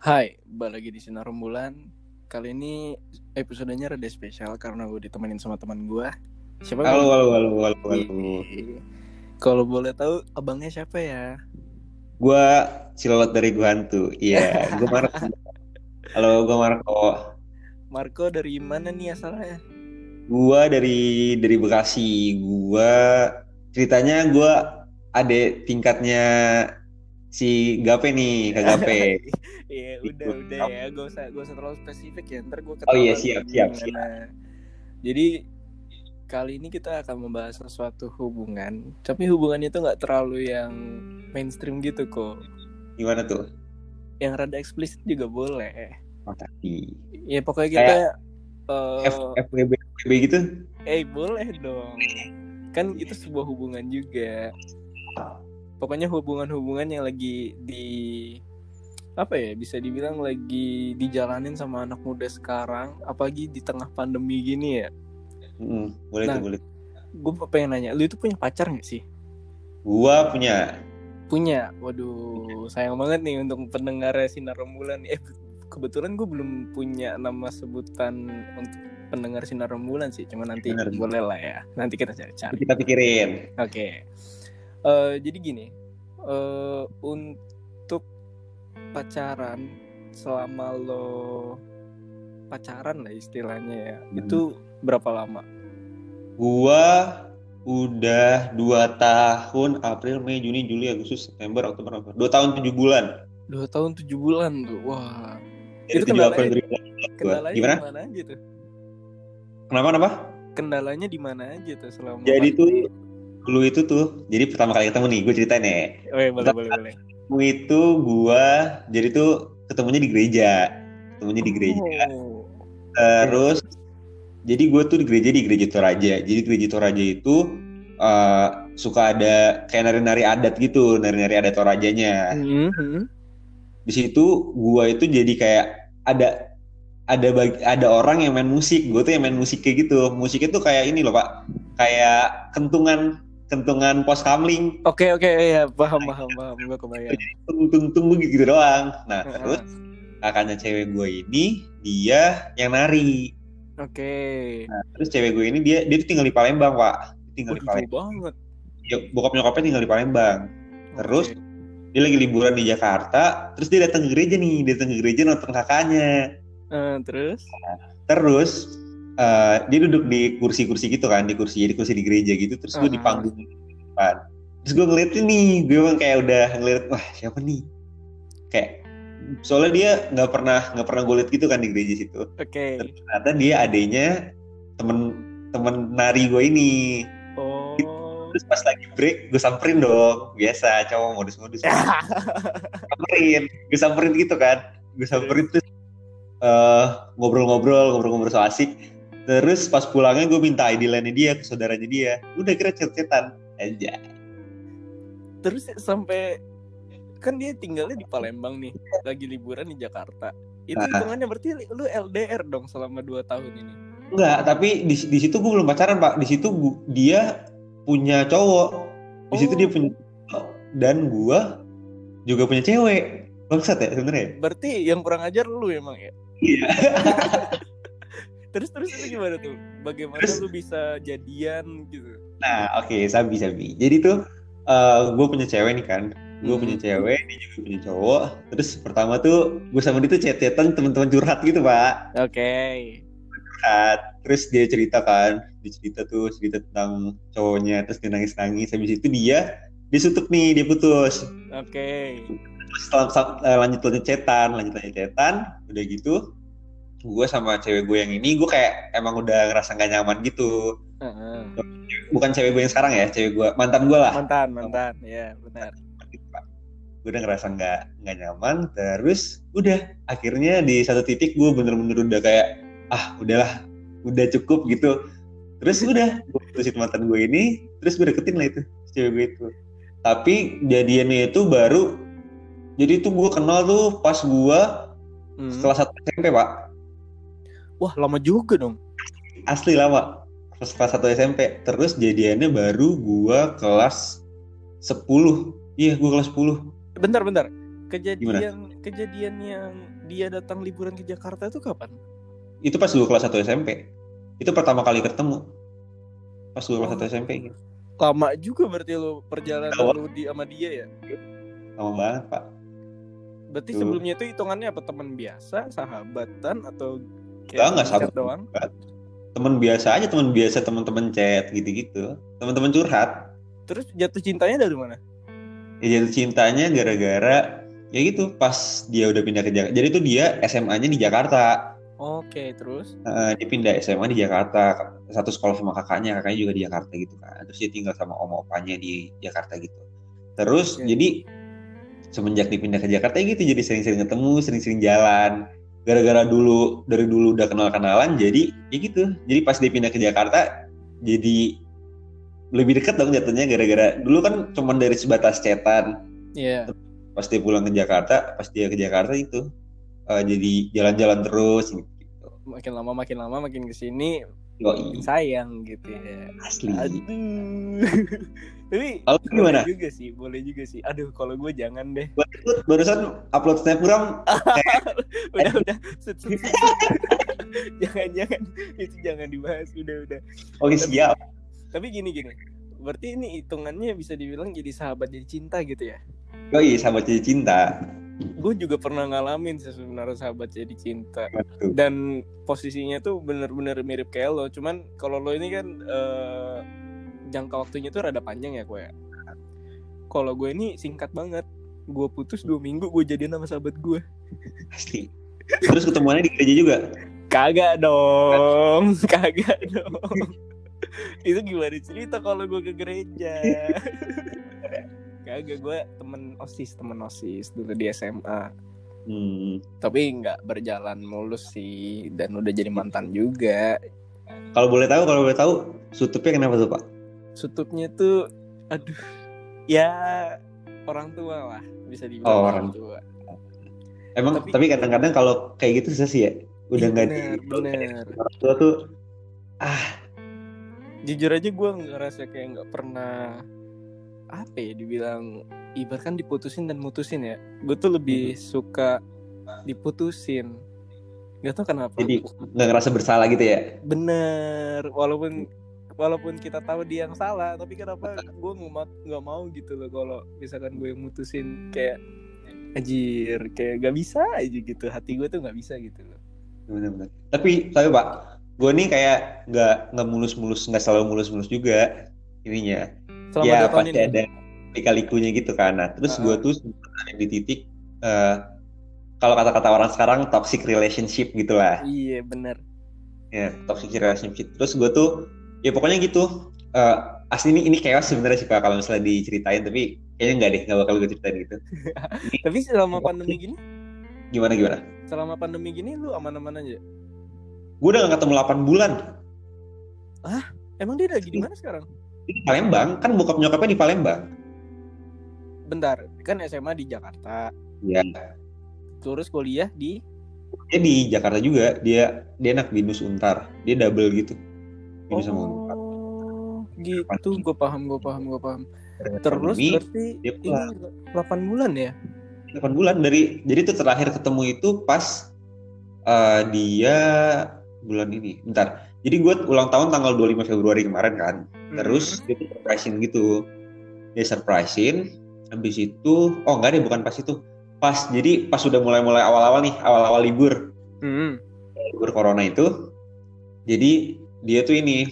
Hai, balik lagi di Sinar Rembulan. Kali ini episodenya rada spesial karena gue ditemenin sama teman gue. Siapa Halo, kalau halo, halo, halo, halo. Wih, kalau boleh tahu abangnya siapa ya? Gua Silot dari Gua Hantu. Iya, gua Marco. Halo, gua Marco. Marco dari mana nih asalnya? Gua dari Bekasi. Gua ceritanya gua adek tingkatnya si Gape nih, Kak Gape. Iya, udah ya, gak usah terlalu spesifik ya. Ntar gue Oh iya, ketahuan siap, siap, siap. gimana. Jadi kali ini kita akan membahas sesuatu hubungan, tapi hubungannya itu nggak terlalu yang mainstream gitu kok. Gimana tuh? Yang rada eksplisit juga boleh. Makasih. Ya pokoknya kita Kayak FWB FWB gitu. boleh dong. Kan itu sebuah hubungan juga. Pokoknya hubungan-hubungan yang lagi di apa ya, bisa dibilang lagi dijalanin sama anak muda sekarang, apalagi di tengah pandemi gini ya. Boleh Nah, tuh, boleh. gue pengen nanya, lu itu punya pacar gak sih? Gua punya. Punya. Waduh, sayang banget nih untuk pendengar Sinar Rembulan. Kebetulan gue belum punya nama sebutan untuk pendengar Sinar Rembulan sih. Cuma nanti Bener. boleh lah ya. Nanti kita cari-cari. Kita pikirin. Oke. Jadi gini. Untuk pacaran, selama lo pacaran lah istilahnya ya, itu berapa lama? Gua udah 2 tahun, April, Mei, Juni, Juli, Agustus, September, Oktober, November. 2 tahun 7 bulan. 2 tahun 7 bulan tuh. Wah. Dari Itu 7 April kendalanya 2018 gua. kendalanya di Gimana? mana aja tuh? Kenapa? Kendalanya di mana aja tuh selama Jadi tuh pandemi? dulu itu tuh, jadi pertama kali ketemu nih, gue ceritain ya. Oh ya, boleh Pertama boleh kali boleh. ketemu itu gua, jadi tuh ketemunya di gereja. Ketemunya di gereja. Oh. Oke. Terus, jadi gue tuh di gereja Toraja. Jadi gereja Toraja itu suka ada kayak nari-nari adat gitu, nari-nari adat Torajanya. Mhm. Di situ gua itu jadi kayak ada ada orang yang main musik, gue tuh yang main musik kayak gitu. Musiknya tuh kayak ini loh Pak, kayak kentungan kentungan pos kamling. Oke ya, paham gue kebayang. Jadi tung gitu doang. Nah terus Heeh. kakaknya cewek gue ini dia yang nari. Oke. Nah, terus cewek gue ini dia tuh tinggal di Palembang Pak, tinggal di Waduh, jauh Palembang. banget. Ya, bokap nyokapnya tinggal di Palembang. Terus Oke. dia lagi liburan di Jakarta, terus dia datang ke gereja nih, datang ke gereja nonton kakaknya. Terus? Terus dia duduk di kursi-kursi gitu kan, di kursi di gereja gitu. Terus gue di Heeh. panggung depan. Terus gue ngeliat nih, gue emang kayak udah ngeliat, wah siapa nih? Kayak soalnya dia nggak pernah gue liat gitu kan di gereja situ. Oke. Terus ternyata dia adanya temen temen nari gue ini. Oh. Terus pas lagi break, gue samperin dong, biasa cowok modus-modus kan. Gue samperin gitu kan, gue Terus? samperin terus ngobrol-ngobrol so asik. Terus pas pulangnya gue minta ID line-nya dia ke saudaranya dia. Udah kira chat-chatan aja. Terus sampai, kan dia tinggalnya di Palembang nih, lagi liburan di Jakarta. Itu Nah, hitungannya berarti lu LDR dong selama 2 tahun ini. enggak, tapi di situ gue belum pacaran, Pak. Di situ dia punya cowok. Di situ dia Oh, punya cowok dan gue juga punya cewek. Bangsat ya sebenarnya. berarti yang kurang ajar lu emang ya? Iya. Terus itu gimana tuh? Bagaimana Terus lu bisa jadian gitu? nah, oke, sabi. Jadi tuh gue punya cewek nih kan. Gue punya Hmm. cewek, dia juga punya cowok. Terus pertama tuh gue sama dia tuh chat-chatan teman-teman curhat gitu, Pak. Oke. Curhat. Terus dia cerita tentang cowoknya, terus dia nangis-nangis. Habis itu dia sutuk nih, dia putus. Oke. Terus lanjut chatan, udah gitu. Gue sama cewek gue yang ini, gue kayak emang udah ngerasa gak nyaman gitu. Heeh. Bukan cewek gue yang sekarang ya, cewek gue mantan gue lah. Mantan, ya benar. Gue udah ngerasa nggak nyaman. Terus udah akhirnya di satu titik gue bener-bener udah kayak udahlah, udah cukup gitu. Terus udah gue putusin mantan gue ini, terus gue deketin lah itu cewek gue itu. Tapi jadiannya itu baru, jadi itu gue kenal tuh pas gue kelas 1 SMP Pak. Wah, lama juga dong. Asli lama. Pas kelas 1 SMP. Terus jadiannya baru gue kelas 10. Iya, gue kelas 10. Bentar. Gimana? Kejadian yang dia datang liburan ke Jakarta itu kapan? Itu pas gue kelas 1 SMP. Itu pertama kali ketemu pas gue kelas Oh, 1 SMP gitu. lama juga berarti lo perjalanan Lama, lo sama dia ya. lama banget Pak. Berarti Tuh. sebelumnya itu hitungannya apa, teman biasa, sahabatan, atau kayak Enggak teman chat sahabat. doang? Teman biasa aja, teman biasa, teman-teman chat gitu-gitu. Teman-teman curhat. Terus jatuh cintanya dari mana? Ya jatuh cintanya gara-gara ya gitu pas dia udah pindah ke Jakarta. Jadi tuh dia SMA-nya di Jakarta. Oke, terus? Dia pindah SMA di Jakarta. Satu sekolah sama kakaknya juga di Jakarta gitu kan. Terus dia tinggal sama om opanya di Jakarta gitu. Terus Oke. jadi semenjak dipindah ke Jakarta ya gitu, jadi sering-sering ketemu, sering-sering jalan. Gara-gara dari dulu udah kenal-kenalan, jadi ya gitu. Jadi pas dia pindah ke Jakarta, jadi lebih dekat dong jatuhnya, gara-gara dulu kan cuma dari sebatas chatan. Iya. Pas dia pulang ke Jakarta, pas dia ke Jakarta itu jadi jalan-jalan terus gitu. Makin lama makin kesini makin Yoi, sayang gitu ya. asli. Aduh. Tapi Kalau gimana? boleh juga sih. Aduh, kalau gue jangan deh. Gua ikut barusan upload snapgram kayak Udah. Set. Jangan itu jangan dibahas. Udah. oke Tapi siap. tapi gini. Berarti ini hitungannya bisa dibilang jadi sahabat jadi cinta gitu ya. Yoi, sahabat jadi cinta. Gue juga pernah ngalamin sih sebenarnya sahabat jadi cinta. Betul. Dan posisinya tuh bener-bener mirip kayak lo. Cuman kalau lo ini kan jangka waktunya tuh rada panjang ya gue. Kalau gue ini singkat banget. Gue putus 2 minggu gue jadian sama sahabat gue. Pasti. Terus ketemuannya di gereja juga. Kagak dong. Itu gimana cerita kalau gue ke gereja? Kagak, gue temen osis dulu di SMA. Tapi nggak berjalan mulus sih, dan udah jadi mantan juga. Kalau boleh tahu, sutupnya kenapa tuh Pak? Sutupnya tuh, aduh, ya orang tua lah, bisa dibilang orang tua. Emang tapi kadang-kadang kalau kayak gitu susah sih ya. Udah nggak bener. Orang tua tuh, jujur aja gue ngerasa kayak nggak pernah apa ya dibilang, ibaratkan diputusin dan mutusin ya. Gue tuh lebih suka diputusin. Gak tau kenapa. Jadi nggak ngerasa bersalah gitu ya? Bener, walaupun kita tahu dia yang salah, tapi kenapa gue nggak mau gitu loh kalau misalkan gue yang mutusin, kayak anjir, kayak gak bisa aja gitu, hati gue tuh nggak bisa gitu loh. Benar-benar. Tapi Pak, gue nih kayak nggak mulus-mulus, nggak selalu mulus-mulus juga ininya. Selama Ya 2 tahun pasti ini ada lika-likunya gitu kan. Nah, terus gue tuh ada di titik kalau kata-kata orang sekarang toxic relationship gitulah. Iya bener. Ya, toxic relationship. Terus gue tuh ya pokoknya gitu. Asli ini chaos sebenarnya sih Pak kalau misalnya diceritain, tapi kayaknya nggak bakal gue ceritain gitu. Tapi selama pandemi gini, Gimana? selama pandemi gini lu aman-aman aja? Gue udah gak ketemu 8 bulan. Emang dia lagi di mana sekarang? Di Palembang, kan bokap nyokapnya di Palembang. Bentar, kan SMA di Jakarta. Iya. Terus kuliah di? Dia di Jakarta juga. Dia anak BINUS Untar. Dia double gitu. BINUS sama Untar. Gitu, gue paham. Terus berarti dia ini 8 bulan ya? 8 bulan jadi tuh terakhir ketemu itu pas dia bulan ini. Bentar. Jadi gue ulang tahun tanggal 25 Februari kemarin kan. Terus dia tuh surprisein gitu. Dia surprisein. Habis itu, enggak deh, bukan pas itu. Jadi pas udah mulai awal-awal libur. Libur corona itu. Jadi dia tuh ini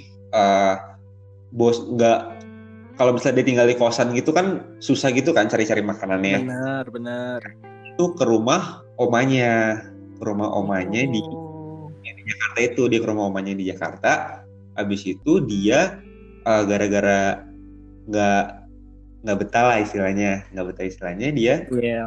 bos nggak, kalau misalnya dia tinggal di kosan gitu kan susah gitu kan cari-cari makanannya. Benar. Itu ke rumah omanya di Jakarta itu. Dia ke rumah omanya di Jakarta. Habis itu dia gara-gara nggak betah lah istilahnya, dia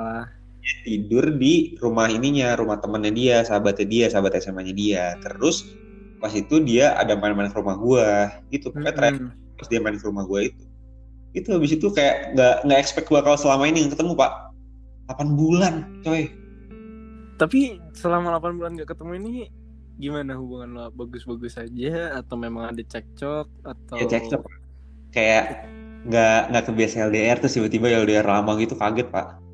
tidur di rumah temannya dia, sahabat SMA-nya dia. Terus pas itu dia ada main-main ke rumah gue gitu. Pokoknya pas dia main ke rumah gue itu habis itu kayak nggak expect bakal selama ini ketemu Pak. 8 bulan coy. Tapi selama 8 bulan gak ketemu ini gimana hubungan lo? Bagus-bagus aja atau memang ada cekcok atau? Ya cekcok. Kayak nggak kebiasa LDR, terus tiba-tiba LDR lama gitu, kaget Pak.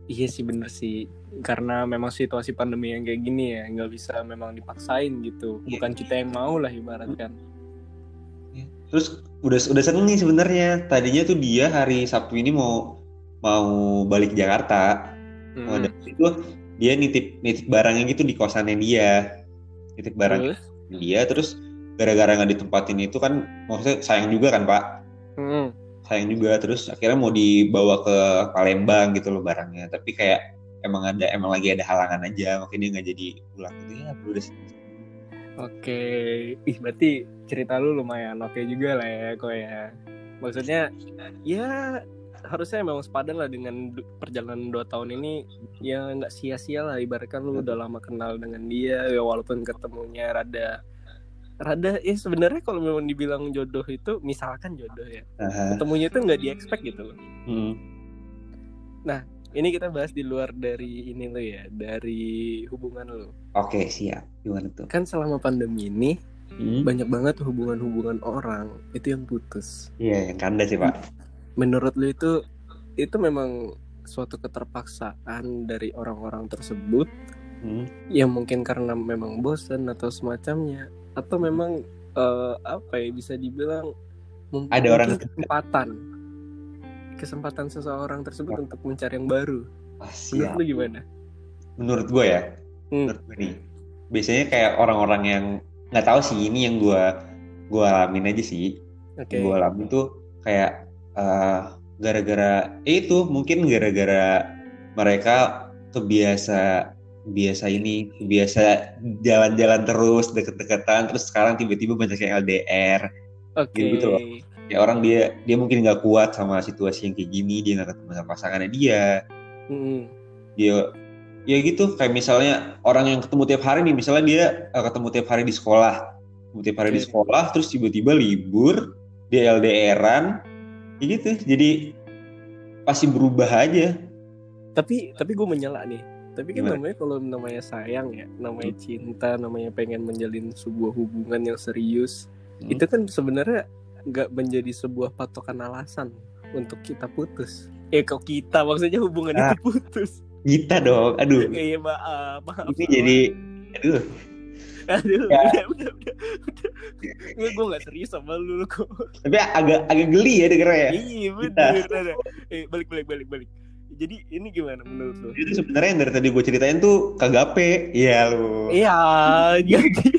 Iya sih, bener sih. Karena memang situasi pandemi yang kayak gini ya, nggak bisa memang dipaksain gitu. Bukan kita yang mau lah ibaratkan. Terus udah seneng nih sebenarnya. Tadinya tuh dia hari Sabtu ini mau balik Jakarta. Mau Hmm. ada itu dia nitip barangnya gitu di kosannya dia. Nitip barang Terus? dia terus gara-gara nggak ditempatin itu kan maksudnya sayang juga kan Pak. Hmm. Sayang juga terus akhirnya mau dibawa ke Palembang gitu loh barangnya. Tapi kayak emang lagi ada halangan aja makanya dia nggak jadi pulang gitu ya. Udah Oke, berarti cerita lu lumayan oke juga lah ya, kok ya. Maksudnya, ya harusnya memang sepadan lah dengan perjalanan 2 tahun ini, ya nggak sia-sia lah. Ibaratkan lu udah lama kenal dengan dia, ya walaupun ketemunya rada ya sebenarnya kalau memang dibilang jodoh itu, misalkan jodoh ya, ketemunya itu nggak di-expect gitu loh. Nah, ini kita bahas di luar dari ini lo ya, dari hubungan lo. Oke, siap. Gimana tuh? Kan selama pandemi ini banyak banget hubungan-hubungan orang itu yang putus. Iya, yang kandas sih Pak. Menurut lo itu memang suatu keterpaksaan dari orang-orang tersebut yang mungkin karena memang bosan atau semacamnya, atau memang apa ya, bisa dibilang ada orang kesempatan seseorang tersebut untuk mencari yang baru. Menurut lu gimana? Menurut gue ya, menurut gue nih, biasanya kayak orang-orang yang nggak tahu sih, ini yang gue alamin aja sih. Okay. Gue alamin tuh kayak gara-gara mungkin gara-gara mereka kebiasa jalan-jalan terus deket-deketan, terus sekarang tiba-tiba banyak yang LDR. Gitu loh. Ya orang dia mungkin nggak kuat sama situasi yang kayak gini, dia nggak ketemu sama pasangannya dia. Dia ya gitu, kayak misalnya orang yang ketemu tiap hari nih, misalnya dia ketemu tiap hari di sekolah, terus tiba-tiba libur, dia LDR-an, ya gitu, jadi pasti berubah aja. Tapi gue menyela nih. Tapi kan namanya, kalau namanya sayang ya, namanya cinta, namanya pengen menjalin sebuah hubungan yang serius, itu kan sebenarnya nggak menjadi sebuah patokan alasan untuk kita putus. Kok kita, maksudnya hubungan itu putus. Kita dong, aduh. Iya maaf. Ini jadi, aduh. Ya. Udah. Gue nggak serius sama lu kok. Tapi agak geli ya dengernya ya. Iya bener. Balik. Jadi ini gimana menurut lu? Itu sebenarnya yang dari tadi gue ceritain tuh kagape. Iya lu. Iya, jadi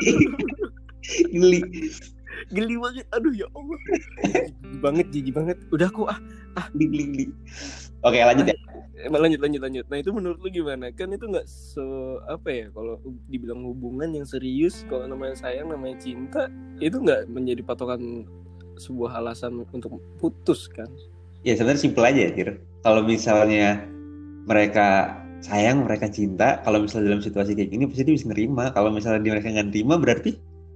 geli banget. Aduh ya Allah. Jijik banget. Udah kok geli. Oke, lanjut ya. Lanjut. Nah, itu menurut lu gimana? Kan itu nggak kalau dibilang hubungan yang serius, kalau namanya sayang, namanya cinta, itu nggak menjadi patokan sebuah alasan untuk putus kan? Ya sebenarnya simpel aja, Tir. Kalau misalnya mereka sayang, mereka cinta, kalau misalnya dalam situasi kayak gini pasti dia bisa nerima. Kalau misalnya mereka nggak nerima, berarti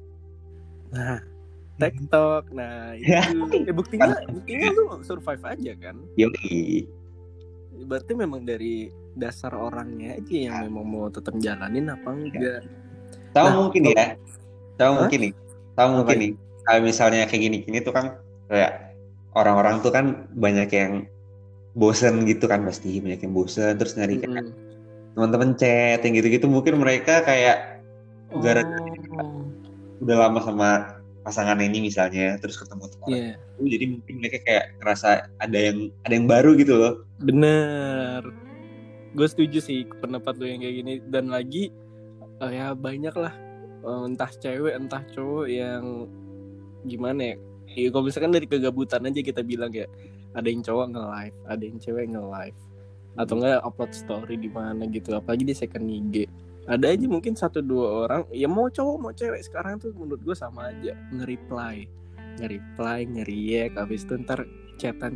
TikTok. Nah itu buktinya lu survive aja kan? Yoi. Berarti memang dari dasar orangnya aja yang memang mau tetap jalanin apa enggak. Mungkin nih. Kalau misalnya kayak gini tuh kan kayak orang-orang tuh kan banyak yang bosen gitu kan, pasti banyak yang bosen terus nyari kayak teman-teman chat yang gitu-gitu. Mungkin mereka kayak gara-gara udah lama sama pasangan ini misalnya, terus ketemu orang itu, jadi mungkin mereka kayak ngerasa ada yang baru gitu loh. Bener, gue setuju sih pendapat lo yang kayak gini. Dan lagi ya banyak lah, entah cewek entah cowok yang gimana ya, kalau misalkan dari kegabutan aja kita bilang ya, ada yang cowok nge-live, ada yang cewek nge-live, atau enggak upload story di mana gitu, apalagi di second IG. Ada aja mungkin 1-2 orang, ya mau cowok mau cewek, sekarang tuh menurut gue sama aja, nge-reply, nge-react, habis itu ntar chatan.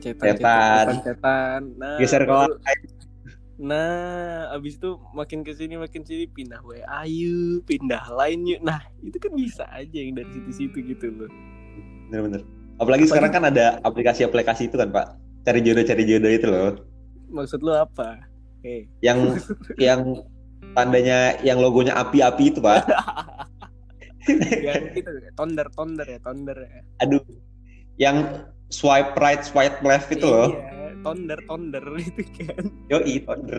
Geser kalau abis itu makin kesini pindah WA yuk, pindah line yuk. Nah itu kan bisa aja yang dari situ gitu loh. Bener. Apalagi sekarang kan ada aplikasi itu kan Pak, cari jodoh itu loh. Maksud lo apa? Yang tandanya yang logonya api-api itu Pak. Yang itu Tonder ya. Aduh, yang swipe right, swipe left itu loh. Iya, tonder gitu kan. Yoi, order.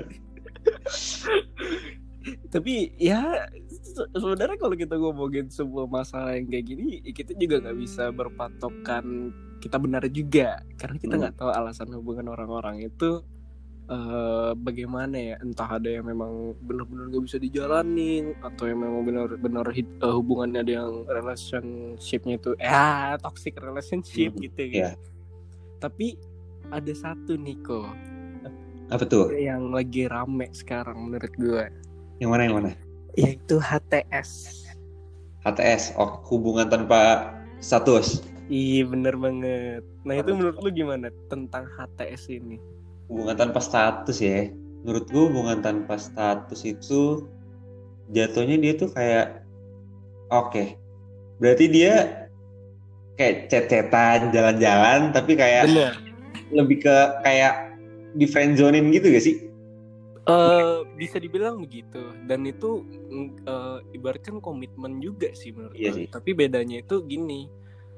Tapi ya sebenarnya kalau kita ngomongin sebuah masalah yang kayak gini, kita juga nggak bisa berpatokan kita benar juga, karena kita nggak tahu alasan hubungan orang-orang itu bagaimana ya. Entah ada yang memang benar-benar nggak bisa dijalanin, atau yang memang benar-benar hubungannya ada yang relationshipnya itu toxic relationship gitu ya. Yeah. Tapi ada satu nih kok, Apa tuh? yang lagi rame sekarang menurut gue, Yang mana? yaitu HTS. HTS, hubungan tanpa status. Iya bener banget. Nah itu menurut lu gimana tentang HTS ini? Hubungan tanpa status ya. Menurut gue hubungan tanpa status itu jatuhnya dia tuh kayak oke. Berarti dia kayak chat-chatan, jalan-jalan, tapi kayak Bener. lebih ke kayak di friendzonin gitu gak sih? Bisa dibilang begitu. Dan itu ibaratkan komitmen juga sih menurut Iya gue. sih. Tapi bedanya itu gini,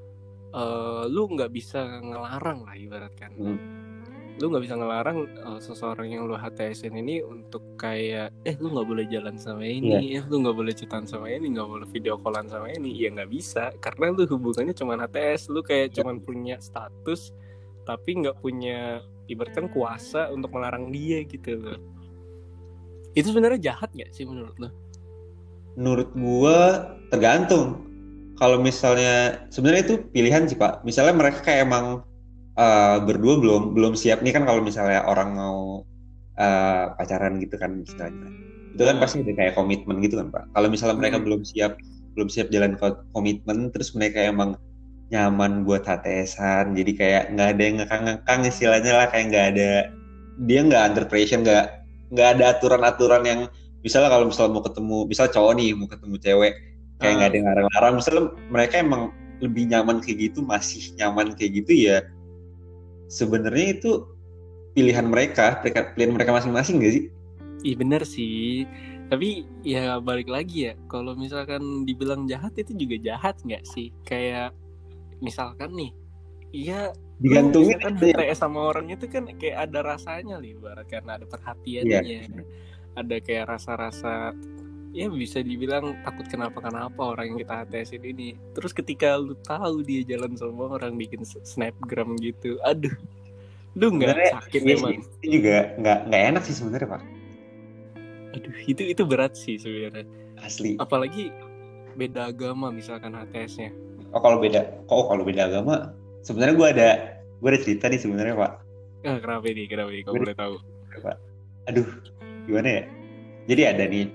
lu nggak bisa ngelarang lah ibaratkan. Lu nggak bisa ngelarang seseorang yang lu HTS-in ini untuk kayak lu nggak boleh jalan sama ini, lu nggak boleh chatan sama ini, nggak boleh video callan sama ini. Ya nggak bisa, karena lu hubungannya cuma HTS. Lu kayak cuma punya status, tapi nggak punya ibaratkan kuasa untuk melarang dia gitu loh. Itu sebenarnya jahat nggak sih menurut lo? Menurut gua tergantung. Kalau misalnya sebenarnya itu pilihan sih Pak. Misalnya mereka kayak emang berdua belum siap nih kan, kalau misalnya orang mau pacaran gitu kan misalnya. Itu kan pasti ada kayak komitmen gitu kan Pak. Kalau misalnya mereka belum siap jalan komitmen, terus mereka emang nyaman buat HTS-an, jadi kayak nggak ada yang ngekang-ngekang istilahnya lah, kayak dia nggak under pressure, nggak ada aturan-aturan yang misalnya kalau misalnya mau ketemu, misalnya cowok nih mau ketemu cewek, kayak nggak ada yang larang-larang. Misalnya mereka emang lebih nyaman kayak gitu, masih nyaman kayak gitu ya, sebenarnya itu pilihan mereka masing-masing nggak sih? Iya benar sih. Tapi ya balik lagi ya, kalau misalkan dibilang jahat itu juga jahat nggak sih? Kayak misalkan nih, iya digantungin kan BTS sama orang itu kan kayak ada rasanya nih, karena ada perhatiannya, ada kayak rasa-rasa, ya bisa dibilang takut kenapa-kenapa orang yang kita HTS ini. Terus ketika lu tahu dia jalan sama orang bikin snapgram gitu, aduh, lu nggak sakit emang? Itu juga nggak enak sih sebenarnya Pak. Aduh, itu berat sih sebenarnya. Asli. Apalagi beda agama misalkan HTS-nya. Kalau beda agama, sebenarnya gue ada cerita nih sebenarnya Pak. Kenapa nih? Kau boleh tahu? Pak. Aduh, gimana ya? Jadi ada nih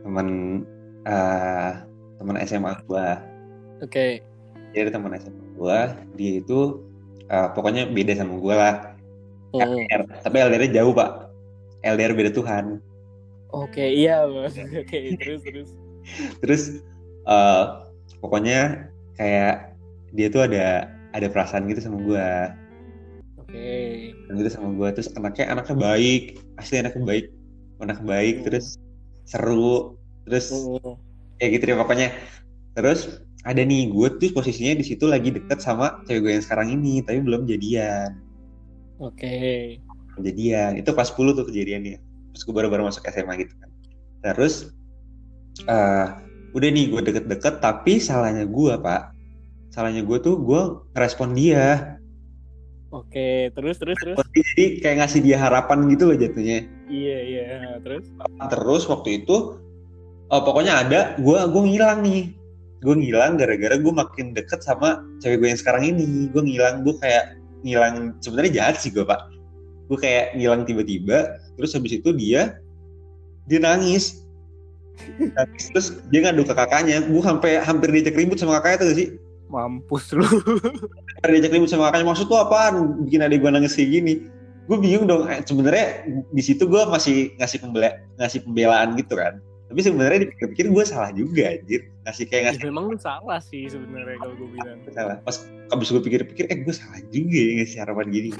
teman SMA gue. Oke. Jadi teman SMA gue, dia itu pokoknya beda sama gue lah. LDR, tapi LDR-nya jauh Pak. LDR beda Tuhan. Oke, iya Bos. Oke, terus. Terus pokoknya kayak dia tuh ada perasaan gitu sama gue. Oke. Gitu sama gue, terus anaknya baik, asli anaknya baik, terus seru, terus kayak gitu deh pokoknya. Terus ada nih gue tuh posisinya di situ lagi deket sama cewek gue yang sekarang ini, tapi belum jadian. Oke. Jadian itu pas 10 tuh kejadiannya, pas gue baru masuk SMA gitu kan. Terus udah nih gue deket-deket, tapi salahnya gue tuh gue ngerespon dia. Oke, terus. Jadi kayak ngasih dia harapan gitu loh jatuhnya. Iya, Terus waktu itu pokoknya gue ngilang gara-gara gue makin deket sama cewek gue yang sekarang ini. Gue ngilang sebenarnya jahat sih gue Pak. Gue kayak ngilang tiba-tiba, terus habis itu dia nangis. Terus dia ngadu ke kakaknya. Gue hampir diajak ribut sama kakaknya tuh gak sih? Mampus lu. Diajak ribut sama kakaknya, maksud tuh apaan bikin adik gue nangis kayak gini? Gue bingung dong. Sebenarnya di situ gue masih ngasih pembelaan gitu kan, tapi sebenarnya dipikir-pikir gue salah juga anjir, ngasih memang lu salah sih sebenarnya kalau gue bilang. Salah. Pas abis gue pikir-pikir gue salah juga ya ngasih harapan gini.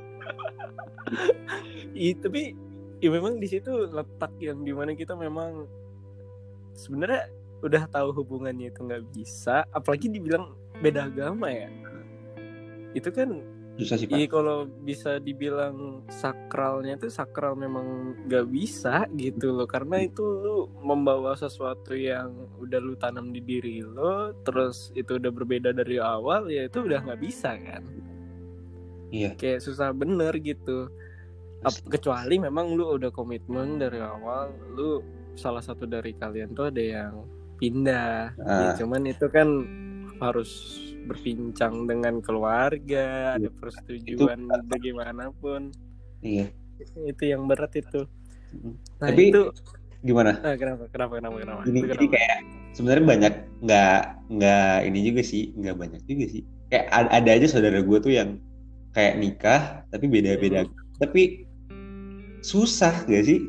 Tapi ya memang di situ letak yang dimana kita memang sebenarnya udah tahu hubungannya itu nggak bisa, apalagi dibilang beda agama ya. Itu kan susah sih Iya Pak. kalau bisa dibilang sakralnya itu sakral memang gak bisa gitu loh. Karena itu lu membawa sesuatu yang udah lu tanam di diri lo, terus itu udah berbeda dari awal, ya itu udah gak bisa kan. Iya. Kayak susah bener gitu. Kecuali memang lu udah komitmen dari awal, lu salah satu dari kalian tuh ada yang pindah. Ya cuman itu kan harus berbincang dengan keluarga, ada Itu persetujuan bagaimanapun. iya. Itu yang berat itu. Nah Tapi itu gimana? kenapa? Gini, Itu jadi kenapa? kayak sebenarnya banyak nggak ini juga sih, nggak banyak juga sih. Kayak ada aja saudara gue tuh yang kayak nikah tapi beda-beda. Tapi susah gak sih?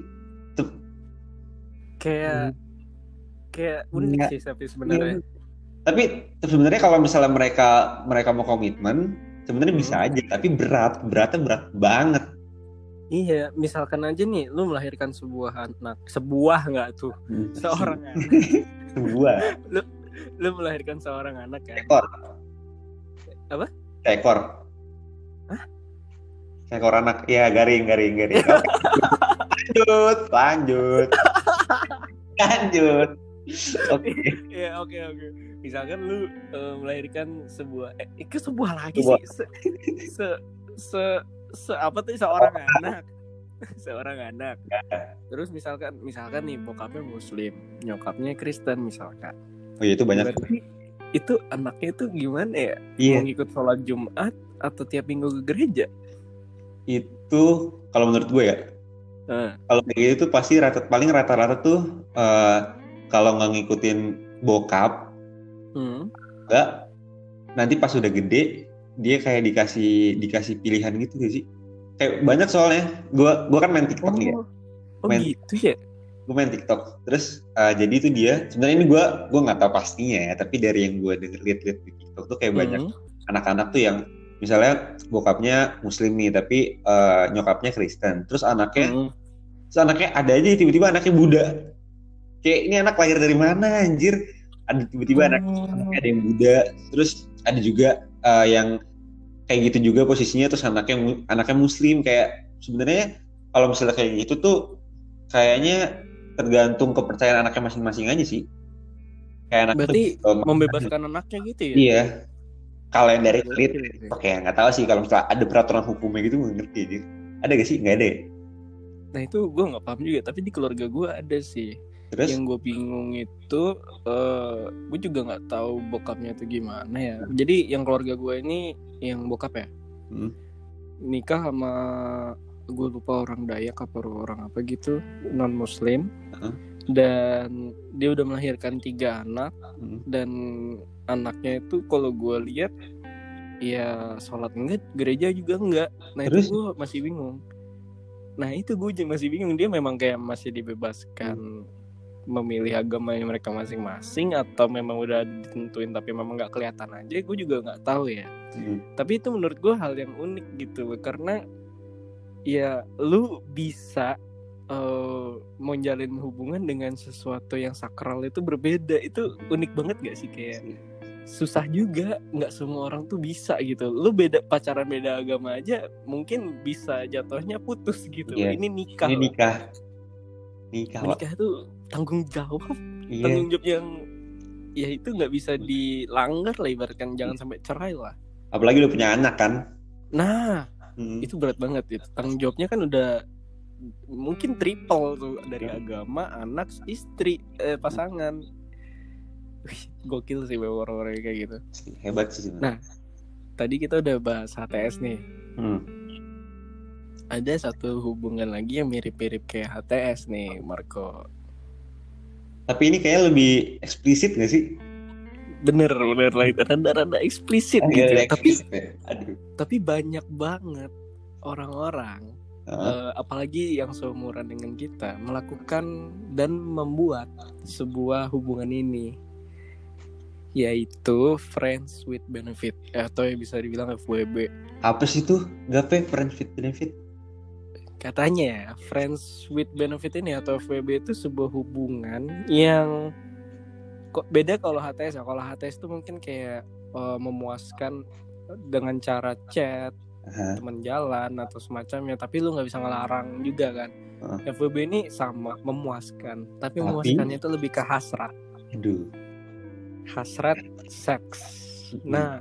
Kayak unik Nggak, sih tapi iya. sebenarnya. Tapi sebenarnya kalau misalnya mereka mau komitmen, sebenarnya bisa aja. Tapi beratnya berat banget. Iya, misalkan aja nih, lu melahirkan sebuah anak, nggak tuh, seorang anak. Sebuah. Lu melahirkan seorang anak kan? Ekor. Apa? Ekor. Hah? Ekor anak. Ya garing. Lanjut. Oke. Ya oke. Misalkan lu melahirkan sebuah lagi Sebuah. sih apa tuh seorang anak. Seorang anak. Terus misalkan nih bokapnya Muslim, nyokapnya Kristen misalkan. Oh iya itu banyak. Berarti itu anaknya itu gimana ya? Iya. Mau ngikut sholat Jumat atau tiap minggu ke gereja? Itu kalau menurut gue ya. Kalau kayak gitu pasti paling rata-rata tuh kalau nggak ngikutin bokap, enggak, nanti pas udah gede dia kayak dikasih pilihan gitu sih. Kayak banyak soalnya. Gue kan main TikTok nih ya. Gitu ya. Gue main TikTok. Terus jadi itu dia. Sebenarnya ini gue nggak tahu pastinya ya. Tapi dari yang gue lihat di TikTok tuh kayak banyak anak-anak tuh yang misalnya bokapnya Muslim nih, tapi nyokapnya Kristen. Terus anaknya ada aja tiba-tiba anaknya Buddha. Kayak ini anak lahir dari mana anjir? Ada tiba-tiba anaknya ada yang Buddha. Terus ada juga yang kayak gitu juga posisinya, terus anaknya Muslim. Kayak sebenarnya kalau misalnya kayak gitu tuh kayaknya tergantung kepercayaan anaknya masing-masing aja sih. Kayak anak berarti membebaskan anaknya gitu ya? Iya. Kalau yang dari elit, oke nggak tahu sih kalau misalnya ada peraturan hukumnya gitu gue ngerti aja. Ada gak sih? Nggak ada ya? Nah itu gue nggak paham juga, tapi di keluarga gue ada sih. Terus? Yang gue bingung itu, gue juga nggak tahu bokapnya itu gimana ya. Jadi yang keluarga gue ini yang bokap ya, nikah sama gue lupa orang Dayak apa orang apa gitu, non Muslim, dan dia udah melahirkan 3 anak, dan anaknya itu kalau gue lihat ya sholat enggak, gereja juga enggak. Nah terus? Itu gue masih bingung. Nah itu gue masih bingung, dia memang kayak masih dibebaskan memilih agama yang mereka masing-masing atau memang udah ditentuin tapi memang nggak kelihatan aja, gue juga nggak tahu ya. Tapi itu menurut gue hal yang unik gitu loh, karena ya lu bisa menjalin hubungan dengan sesuatu yang sakral itu berbeda. Itu unik banget gak sih? Kayak susah juga, nggak semua orang tuh bisa gitu. Lu pacaran beda agama aja mungkin bisa jatuhnya putus gitu. Yeah. Ini nikah. Menikah tuh tanggung jawab. Yeah. Tanggung jawab yang ya itu nggak bisa dilanggar lah, ibaratkan jangan sampai cerai lah. Apalagi lu punya anak kan. Nah itu berat banget itu. Tanggung jawabnya kan udah mungkin triple tuh, dari agama, anak, istri, pasangan. Gokil sih orang-orang kayak gitu. Hebat sih sebenernya. Nah, tadi kita udah bahas HTS nih. Ada satu hubungan lagi yang mirip-mirip kayak HTS nih, Marco. Tapi ini kayaknya lebih eksplisit gak sih? Bener lah, rada eksplisit gitu. Tapi banyak banget orang-orang, apalagi yang seumuran dengan kita, melakukan dan membuat sebuah hubungan ini, yaitu friends with benefit, atau yang bisa dibilang FWB. Apa sih itu? Gape friends with benefit? Katanya friends with benefit ini atau FWB itu sebuah hubungan yang kok beda kalau HTS ya. Kalau HTS itu mungkin kayak memuaskan dengan cara chat, teman jalan atau semacamnya, tapi lu nggak bisa ngelarang juga kan. FWB ini sama memuaskan, tapi memuaskannya itu lebih ke hasrat. Hasrat seks. Nah,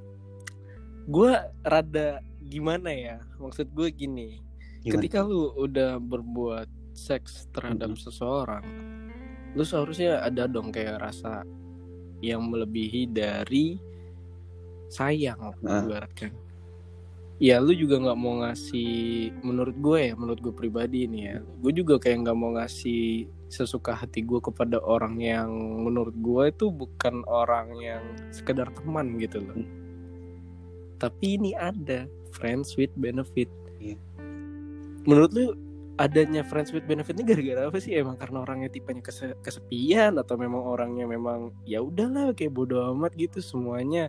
gue rada gimana ya, maksud gue gini, ketika lu udah berbuat seks terhadap seseorang, lu seharusnya ada dong kayak rasa yang melebihi dari sayang, ibaratkan. Ya lu juga nggak mau ngasih, menurut gue pribadi nih ya, gue juga kayak nggak mau ngasih sesuka hati gue kepada orang yang menurut gue itu bukan orang yang sekedar teman gitu loh. Tapi ini ada friends with benefit. Menurut lu adanya friends with benefit ini gara-gara apa sih? Emang karena orangnya tipenya kesepian, atau memang orangnya memang ya udahlah kayak bodo amat gitu semuanya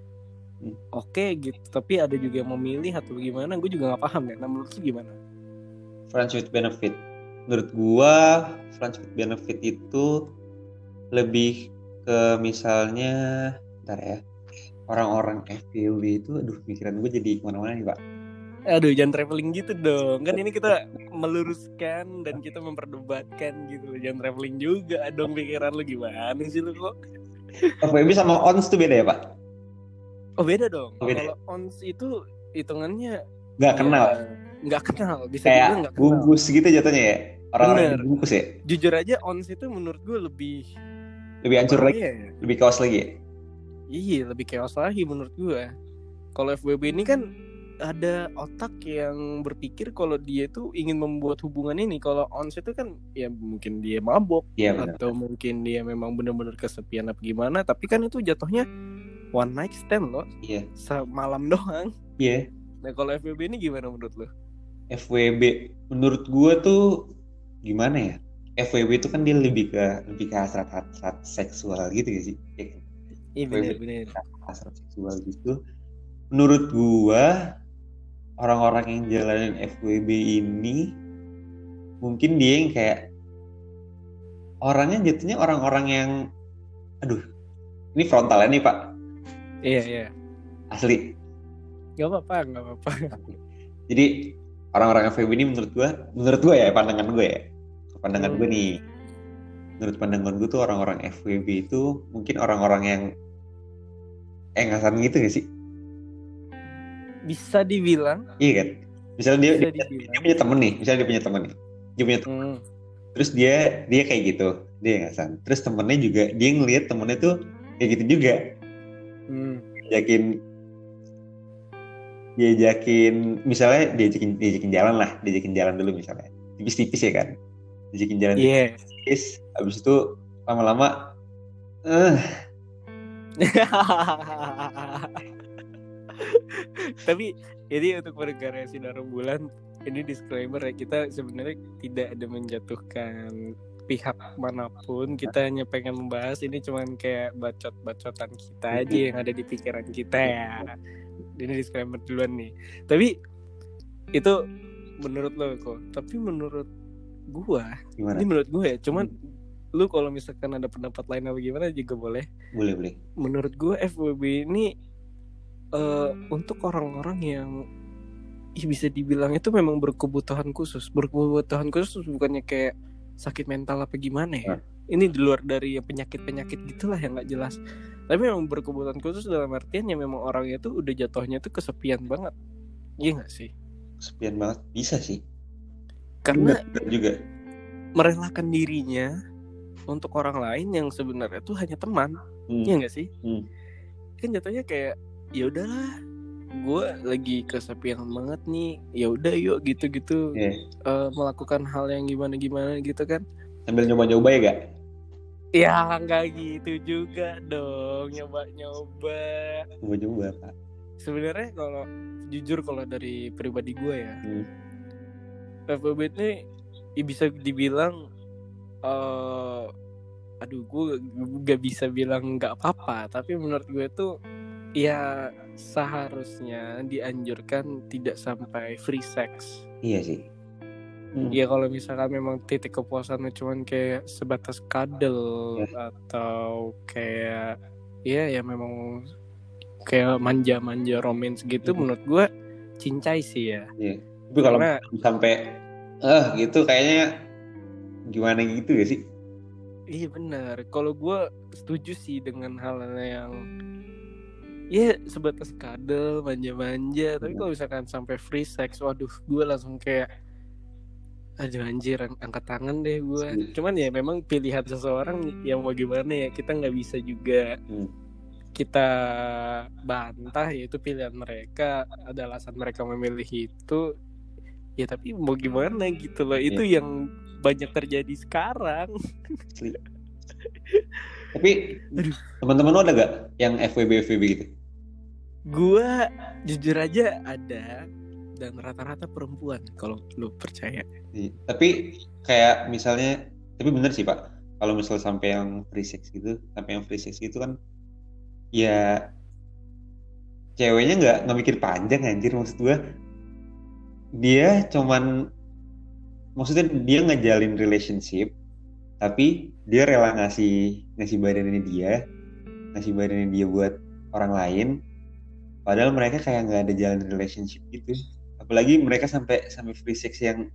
oke gitu, tapi ada juga yang memilih atau gimana, gue juga nggak paham ya. Nah, menurut lu gimana? Friends with benefit, menurut gue friends with benefit itu lebih ke misalnya, bentar ya, orang-orang FWB itu, aduh pikiran gue jadi kemana-mana nih Pak. Aduh, jangan traveling gitu dong, kan ini kita meluruskan dan kita memperdebatkan gitu, jangan traveling juga dong pikiran lu. Gimana sih lu kok? FWB sama ONS tuh beda ya Pak? Oh beda dong. Kalau ONS itu hitungannya nggak kenal, bisa kayak dibilang nggak kenal. bungkus gitu jatuhnya ya, orang-orang yang bungkus ya. Jujur aja ONS itu menurut gue lebih hancur lagi ya? Lebih chaos lagi ya? Iya, lebih chaos lagi menurut gue. Kalau FWB ini kan ada otak yang berpikir kalau dia itu ingin membuat hubungan ini. Kalau ONS itu kan ya mungkin dia mabok, atau mungkin dia memang benar-benar kesepian apa gimana, tapi kan itu jatuhnya one night stand loh. Semalam doang. Nah, kalau FWB ini gimana menurut lo? FWB menurut gue tuh gimana ya? FWB itu kan dia lebih ke hasrat seksual gitu ya sih? Iya benar. Hasrat seksual gitu. Menurut gue orang-orang yang jalanin FWB ini mungkin dia yang kayak orangnya jatuhnya orang-orang yang, aduh, ini frontalnya nih Pak. Iya. Asli. Gak apa-apa. Jadi orang-orang FWB ini menurut gue ya, pandangan gue nih. Menurut pandangan gue tuh orang-orang FWB itu mungkin orang-orang yang engasan gitu gak sih? Bisa dibilang. Iya kan? Misalnya dia punya temen nih. Terus dia kayak gitu, dia engasan. Terus temennya juga, dia ngelihat temennya tuh kayak gitu juga. Diajakin misalnya diajakin jalan dulu misalnya, tipis-tipis ya kan, diajakin jalan tipis, habis itu lama-lama Tapi jadi untuk pendengar Sinar Rembulan, ini disclaimer ya, kita sebenarnya tidak ada menjatuhkan pihak manapun, kita hanya pengen membahas ini, cuman kayak bacot-bacotan kita aja yang ada di pikiran kita ya. Ini disclaimer duluan nih. Tapi itu menurut lo kok. Tapi menurut gua, gimana? Ini menurut gua ya, cuman lu kalau misalkan ada pendapat lain atau gimana juga boleh. Boleh. Menurut gua FWB ini untuk orang-orang yang bisa dibilang itu memang berkebutuhan khusus. Berkebutuhan khusus bukannya kayak sakit mental apa gimana ya. Ini di luar dari penyakit-penyakit gitulah yang gak jelas. Tapi memang berkebutuhan khusus dalam artian ya memang orangnya tuh udah jatuhnya tuh kesepian banget. Iya gak sih? Kesepian banget, bisa sih. Karena juga merelakan dirinya untuk orang lain yang sebenarnya tuh hanya teman. Iya gak sih? Kan jatuhnya kayak ya udahlah, gue lagi kesepian banget nih, ya udah yuk gitu-gitu, melakukan hal yang gimana gitu kan, sambil nyoba-nyoba ya gak? Ya nggak gitu juga dong, nyoba Pak. Sebenarnya kalau jujur, kalau dari pribadi gue ya, FWB ini bisa dibilang gue gak bisa bilang nggak apa-apa, tapi menurut gue tuh ya seharusnya dianjurkan tidak sampai free sex. Iya sih. Ya kalau misalkan memang titik kepuasannya cuman kayak sebatas cuddle atau kayak ya memang kayak manja-manja romance gitu, menurut gue cincai sih ya. Iya. Tapi kalau Karena sampai gitu kayaknya gimana gitu ya sih? iya benar. Kalau gue setuju sih dengan hal yang ya sebatas kadal, manja-manja. Tapi kalau misalkan sampai free sex, waduh, gue langsung kayak aduh anjir, angkat tangan deh gue. Cuman ya memang pilihan seseorang yang mau gimana ya, kita nggak bisa juga kita bantah, ya itu pilihan mereka, ada alasan mereka memilih itu. Ya tapi mau gimana gitu loh, itu yang banyak terjadi sekarang. Tapi teman-teman lo ada gak yang FWB gitu? Gua jujur aja ada, dan rata-rata perempuan kalau lu percaya. Tapi kayak misalnya, tapi bener sih Pak, kalau misalnya sampai yang free sex gitu kan ya ceweknya nggak mikir panjang anjir, maksud gue dia cuman, maksudnya dia ngejalin relationship tapi dia rela ngasih badannya dia buat orang lain, padahal mereka kayak nggak ada jalan relationship gitu. Apalagi mereka sampai free sex yang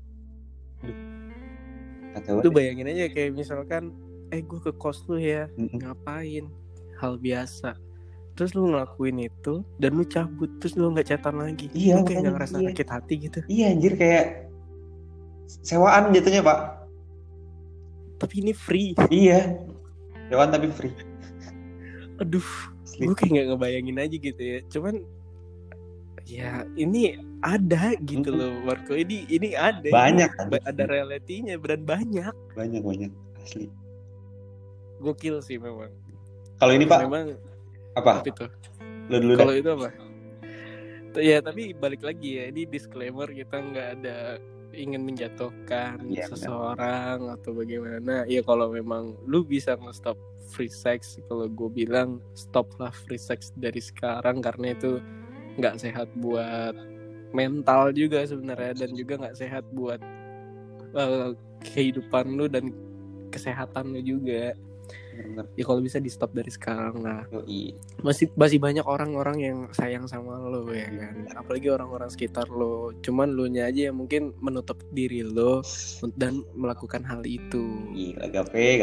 Lu bayangin aja kayak misalkan gue ke kos lu ya, ngapain, hal biasa, terus lu ngelakuin itu dan lu cabut, terus lu nggak chatan lagi. Lu kayak nggak ngerasa sakit hati gitu? Iya anjir, kayak sewaan jatuhnya Pak. Tapi ini free. Iya, sewaan tapi free. Aduh, gue kayak nggak ngebayangin aja gitu ya. Cuman ya ini ada gitu loh Marco, ini ada banyak, ada realitinya, dan banyak asli. Gokil sih memang. Kalau ini Pak memang apa itu lo dulu kalau itu apa ya, tapi balik lagi ya, ini disclaimer, kita nggak ada ingin menjatuhkan seseorang atau bagaimana ya. Kalau memang lu bisa nge-stop free sex, kalau gue bilang stop lah free sex dari sekarang, karena itu nggak sehat buat mental juga sebenarnya, dan juga nggak sehat buat kehidupan lu dan kesehatan lu juga. Ya kalau bisa di stop dari sekarang lah. Masih banyak orang-orang yang sayang sama lo ya kan, apalagi orang-orang sekitar lo. Cuman lo nya aja yang mungkin menutup diri lo dan melakukan hal itu. Gape.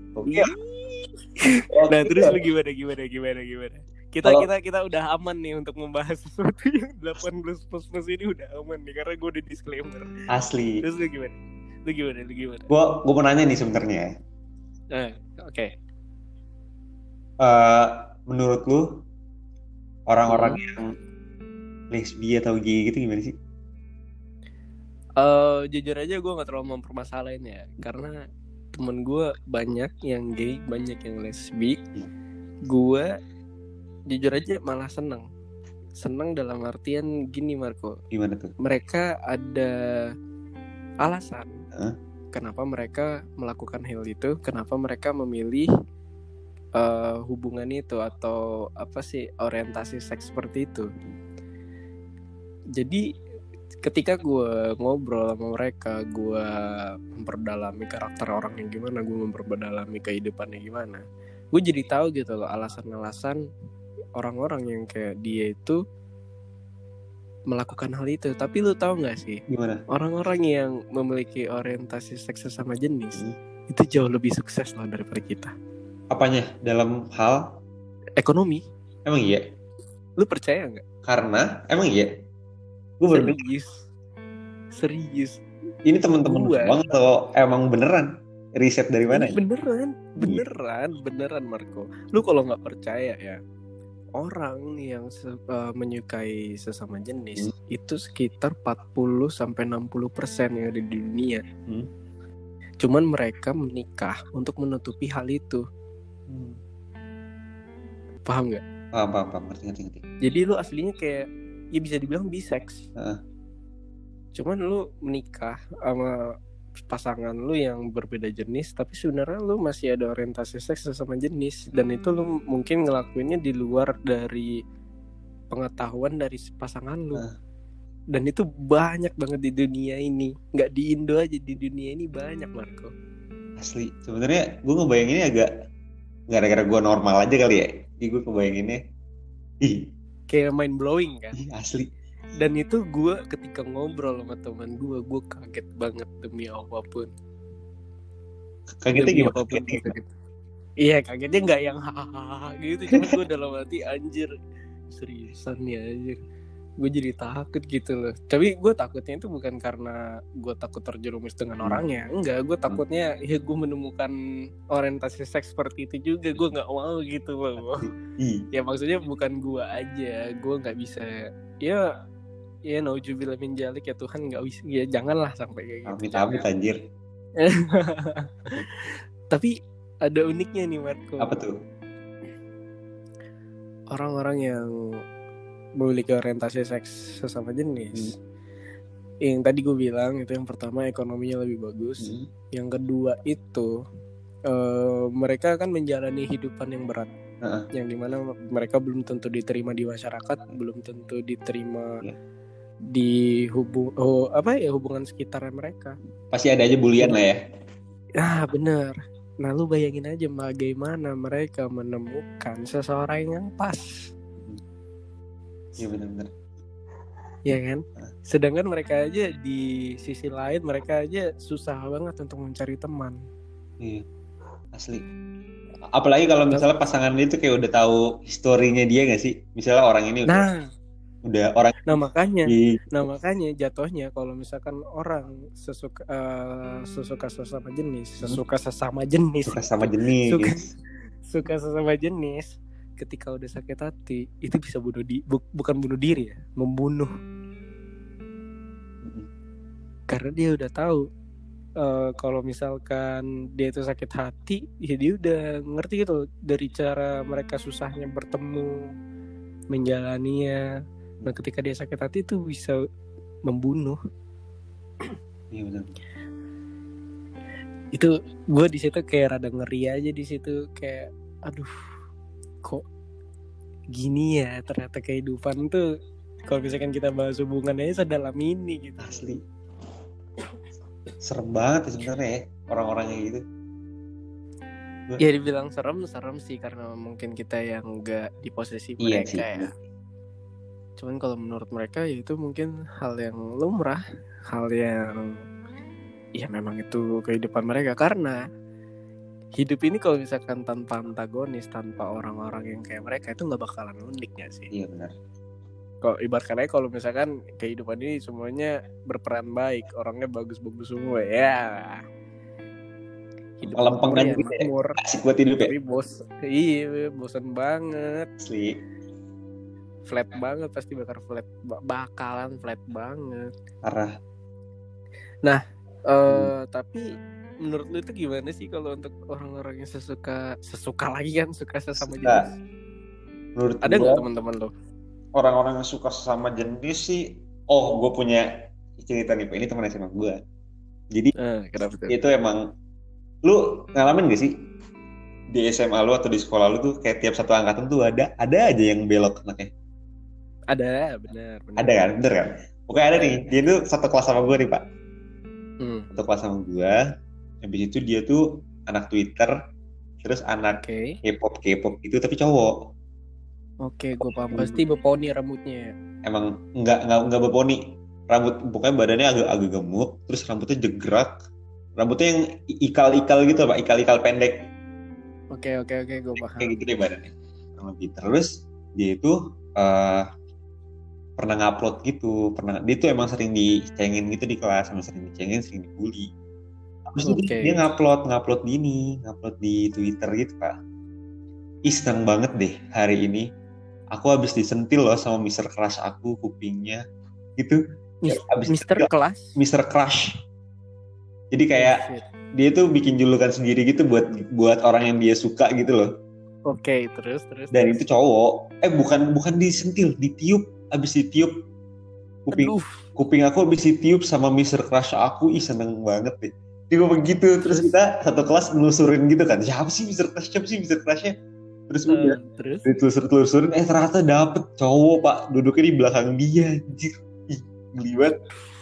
Nah terus lo gimana? Kita udah aman nih untuk membahas sesuatu yang 18 plus ini, udah aman nih karena gue udah disclaimer. Asli. Terus lo gimana? Gue mau nanya nih sebenarnya. Oke. Menurut lu orang-orang yang lesbi atau gay gitu gimana sih? Jujur aja gue nggak terlalu mempermasalahin ya, karena temen gue banyak yang gay, banyak yang lesbi. Gue jujur aja malah seneng dalam artian gini Marco. Gimana tuh? Mereka ada alasan kenapa mereka melakukan hal itu, kenapa mereka memilih hubungan itu atau apa sih, orientasi seks seperti itu. Jadi ketika gue ngobrol sama mereka, gue memperdalami karakter orangnya gimana, gue memperdalami kehidupannya gimana, gue jadi tahu gitu loh alasan-alasan orang-orang yang kayak dia itu melakukan hal itu. Tapi lu tahu nggak sih, gimana? Orang-orang yang memiliki orientasi seks sesama jenis itu jauh lebih sukses loh daripada kita. Apanya? Dalam hal ekonomi. Emang iya? Lu percaya nggak? Karena emang iya. Gue serius. Ini teman-teman doang atau emang beneran? Riset dari mana? Beneran Marco. Lu kalau nggak percaya ya, orang yang menyukai sesama jenis itu sekitar 40-60% yang ada di dunia. Cuman mereka menikah untuk menutupi hal itu. Paham nggak? Paham, ngerti. Jadi lu aslinya kayak ya bisa dibilang bisex. Cuman lu menikah sama pasangan lu yang berbeda jenis, tapi sebenarnya lu masih ada orientasi seks sesama jenis, dan itu lu mungkin ngelakuinnya di luar dari pengetahuan dari pasangan lu. Dan itu banyak banget di dunia ini, nggak di Indo aja, di dunia ini banyak Marco. Asli, sebenarnya gue ngebayanginnya agak gara-gara gue normal aja kali ya. Jadi gue kebayanginnya kayak mind blowing kan. Asli. Dan itu gue ketika ngobrol sama teman gue kaget banget demi apapun. Kagetnya Demi gimana? apapun gue kaget. Iya, kagetnya nggak yang hahaha gitu, cuma gue dalam hati anjir seriusan ya anjir. Gue jadi takut gitu loh. Tapi gue takutnya itu bukan karena gue takut terjerumus dengan orangnya. Enggak, gue takutnya ya gue menemukan orientasi seks seperti itu juga. Gue nggak mau gitu loh. Ya maksudnya bukan gue aja. Gue nggak bisa. Ya nauzubillah min dzalik ya Tuhan, nggak bisa. Ya janganlah sampai kayak gitu. Amit-amit anjir. Tapi ada uniknya nih Marco. Apa tuh? Orang-orang yang memiliki orientasi seks sesama jenis. Yang tadi gue bilang itu yang pertama ekonominya lebih bagus. Yang kedua itu mereka akan menjalani hidupan yang berat. Yang dimana mereka belum tentu diterima di masyarakat, belum tentu diterima di hubungan sekitarnya mereka. Pasti ada aja bulian lah ya. Ah benar. Nah lu bayangin aja bagaimana mereka menemukan seseorang yang pas. Iya benar-benar. Ya kan? Sedangkan mereka aja di sisi lain mereka aja susah banget untuk mencari teman. Iya. Asli. Apalagi kalau misalnya pasangan itu kayak udah tahu historinya dia nggak sih? Misalnya orang ini udah orang. Nah makanya jatuhnya kalau misalkan orang suka sesama jenis ketika udah sakit hati itu bisa bukan bunuh diri ya, membunuh. Karena dia udah tahu kalau misalkan dia itu sakit hati, ya dia udah ngerti gitu dari cara mereka susahnya bertemu, menjalaninya. Nah ketika dia sakit hati itu bisa membunuh. Iya benar. Itu gue di situ kayak rada ngeri aja di situ, kayak aduh kok gini ya ternyata kehidupan tuh kalau misalkan kita bahas hubungannya sedalam ini gitu. Asli. Serem banget sebenarnya ya orang-orang kayak gitu. Ya dibilang serem sih karena mungkin kita yang nggak di posisi mereka ya. Cuman kalau menurut mereka ya itu mungkin hal yang lumrah, hal yang ya memang itu kehidupan mereka. Karena hidup ini kalau misalkan tanpa antagonis, tanpa orang-orang yang kayak mereka itu nggak bakalan unik nggak sih? Iya benar. Kalau ibaratnya kalau misalkan kehidupan ini semuanya berperan baik, orangnya bagus-bagus semua ya. Hidup lempeng kan gitu ya. Asik buat hidup ya. Tapi bosan banget. Asli. Flat banget pasti bakalan flat banget. Parah. Nah, tapi menurut lu itu gimana sih kalau untuk orang-orang yang sesuka lagi kan suka sesama jenis? Menurut ada nggak teman-teman lo? Orang-orang yang suka sesama jenis sih, gue punya cerita nih, ini teman SMA gue. Jadi itu emang lu ngalamin gak sih di SMA lu atau di sekolah lu tuh kayak tiap satu angkatan tuh ada aja yang belok anaknya? Ada, benar. Ada kan, bener kan? Pokoknya ada nih, dia tuh satu kelas sama gue nih Pak. Satu kelas sama gue. Habis itu dia tuh anak Twitter, terus anak K-pop gitu, tapi cowok. Oke, gue paham. Pasti beponi rambutnya. Emang nggak beponi, rambut pokoknya badannya agak gemuk, terus rambutnya jegrak, rambutnya yang ikal gitu Pak, ikal pendek. Oke, gue paham. Kayak gitu deh badannya. Terus dia itu pernah ngupload gitu, dia tuh emang sering dicengin gitu di kelas, sering dicengin, sering dibully. Terus dia ngupload di Twitter gitu Pak. Seneng banget deh hari ini. Aku habis disentil loh sama Mr. Crush aku kupingnya gitu. Mr. Crush. Jadi kayak dia tuh bikin julukan sendiri gitu buat orang yang dia suka gitu loh. Oke, terus. Dan itu cowok. Bukan disentil, ditiup. Abis ditiup kuping aku habis ditiup sama Mr. Crush aku. Seneng banget deh. Dia ngomong gitu. Terus kita satu kelas nelusurin gitu kan. Siapa sih Mr. Crush-nya? Terus udah ditelusur-telusurin ternyata dapet cowok Pak, duduknya di belakang dia. Anjir, geli banget.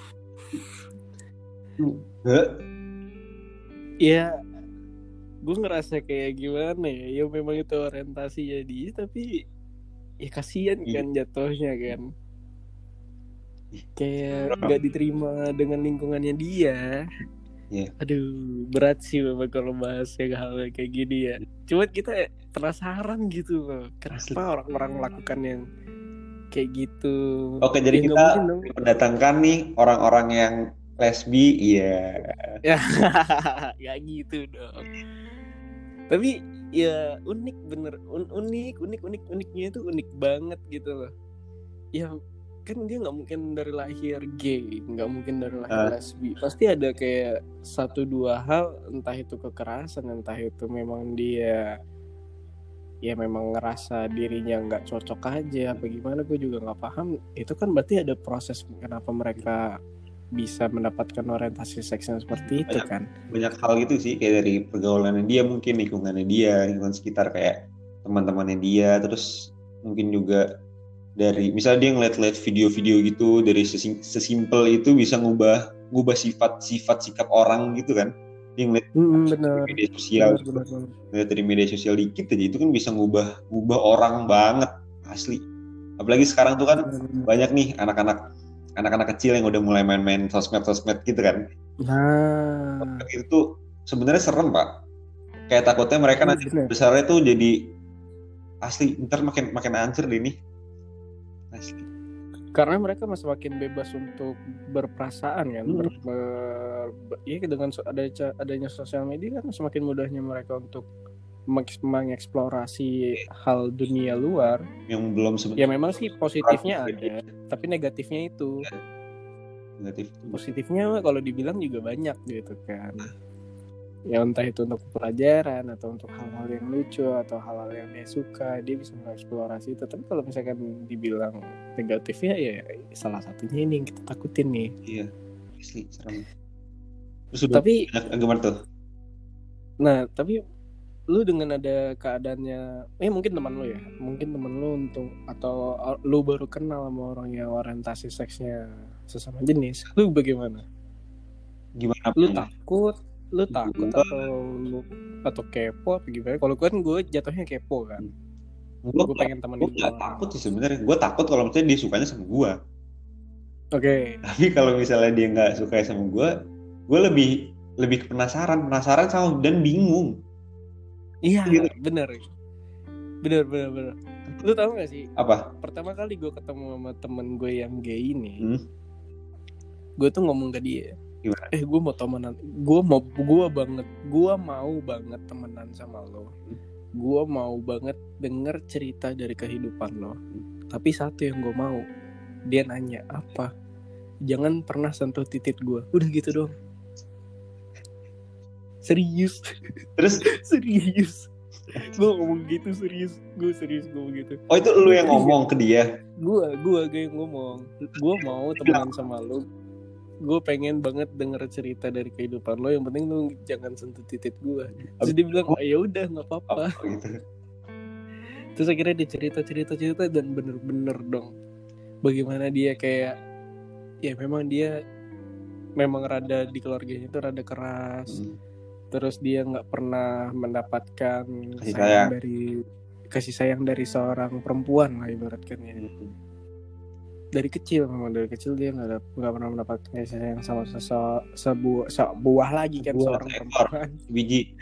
Ya gue ngerasa kayak gimana ya memang itu orientasinya dia, tapi ya kasihan kan jatuhnya kan. kayak nggak diterima dengan lingkungannya dia. Iya. Aduh, berat sih memang kalau bahas yang hal kayak gini ya. Cuman kita penasaran gitu loh, Asli. kenapa orang-orang melakukan yang kayak gitu. Oke, jadi Ya nggak kita mungkin dong. mendatangkan nih orang-orang yang lesbi, iya. Ya, nggak gitu dong. Tapi ya unik bener, uniknya itu unik banget gitu loh. Ya kan dia nggak mungkin dari lahir gay, nggak mungkin dari lahir lesbi. Pasti ada kayak 1-2 hal, entah itu kekerasan, entah itu memang dia ya memang ngerasa dirinya nggak cocok aja apa gimana, gue juga nggak paham. Itu kan berarti ada proses kenapa mereka bisa mendapatkan orientasi seks yang seperti itu kan. Banyak hal gitu sih, kayak dari pergaulannya dia, mungkin lingkungannya dia, lingkungan sekitar kayak teman-temannya dia, terus mungkin juga dari misalnya dia ngeliat-liat video-video gitu, dari sesimpel itu bisa ngubah sifat sikap orang gitu kan. Dia ngeliat Benar. media sosial, ngeliat dari media sosial dikit aja itu kan bisa ngubah orang banget, asli. Apalagi sekarang tuh kan banyak nih anak-anak kecil yang udah mulai main-main sosmed gitu kan. Nah, Itu tuh sebenarnya serem, Pak. Kayak takutnya mereka nanti besarnya tuh jadi asli, ntar makin hancur deh nih. Asli. Karena mereka masih makin bebas untuk berperasaan kan. Ya dengan adanya sosial media kan semakin mudahnya mereka untuk mengeksplorasi hal dunia luar yang belum ya memang sih positifnya ada, tapi negatifnya itu positifnya kalau dibilang juga banyak gitu kan. Ya entah itu untuk pelajaran atau untuk hal-hal yang lucu atau hal-hal yang dia suka, dia bisa mengeksplorasi itu. Tapi kalau misalkan dibilang negatifnya ya salah satunya ini yang kita takutin nih. Iya, asli serem. Terus tapi gimana tuh? Nah, tapi lu dengan ada keadaannya, mungkin teman lu untuk atau lu baru kenal sama orang yang orientasi seksnya sesama jenis, lu bagaimana? Gimana? Lu takut atau kepo apa gimana? Kalau gue kan gue jatuhnya kepo kan. Gue pengen temenin. Gue gak takut sih sebenarnya. Gue takut kalau misalnya dia sukanya sama gue. Oke. Tapi kalau misalnya dia nggak suka sama gue lebih penasaran sama dan bingung. Iya, bener. Lu tahu gak sih? Apa? Pertama kali gue ketemu sama temen gue yang gay ini, gue tuh ngomong ke dia, gimana? Gue mau temenan, gue mau banget temenan sama lo. Gue mau banget denger cerita dari kehidupan lo. Tapi satu yang gue mau, dia nanya apa? Jangan pernah sentuh titik gue. Udah gitu doang. Serius. Terus? Serius. Gue ngomong gitu serius. Gue ngomong gitu. Oh, itu lu yang ngomong ke dia? Gue yang ngomong. Gue mau temenan sama lo. Gue pengen banget denger cerita dari kehidupan lo. Yang penting lo jangan sentuh titik gue. Terus dia bilang, ya udah nggak apa-apa. Gitu. Terus akhirnya dia cerita dan bener-bener dong. Bagaimana dia kayak, ya memang dia rada di keluarganya itu rada keras. Terus dia nggak pernah mendapatkan kasih sayang dari seorang perempuan lah ibaratkan ya. Dari kecil dia nggak pernah mendapatkan kasih sayang sama sebuah lagi kan seorang perempuan. Biji.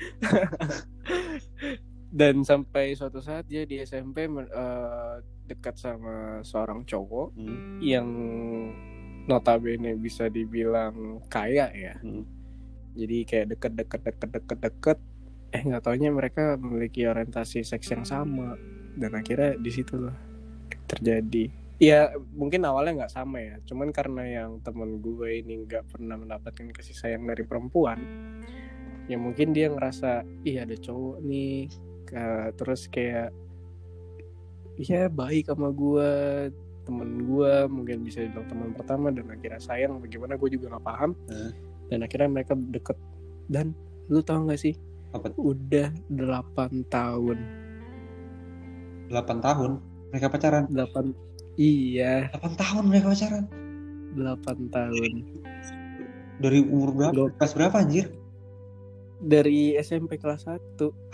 Dan sampai suatu saat dia di SMP dekat sama seorang cowok yang notabene bisa dibilang kaya ya. Jadi kayak deket. Nggak taunya mereka memiliki orientasi seks yang sama. Dan akhirnya di situ lah terjadi. Ya mungkin awalnya nggak sama ya. Cuman karena yang temen gue ini nggak pernah mendapatkan kasih sayang dari perempuan, ya mungkin dia ngerasa ada cowok nih. Terus kayak ya baik sama gue, temen gue, mungkin bisa dibilang teman pertama, dan akhirnya sayang. Bagaimana gue juga nggak paham. Dan akhirnya mereka deket. Dan lu tau gak sih? Apa? Udah 8 tahun. 8 tahun? Mereka pacaran? 8. Iya. 8 tahun mereka pacaran? 8 tahun. Dari umur berapa? Kelas berapa anjir? Dari SMP kelas 1.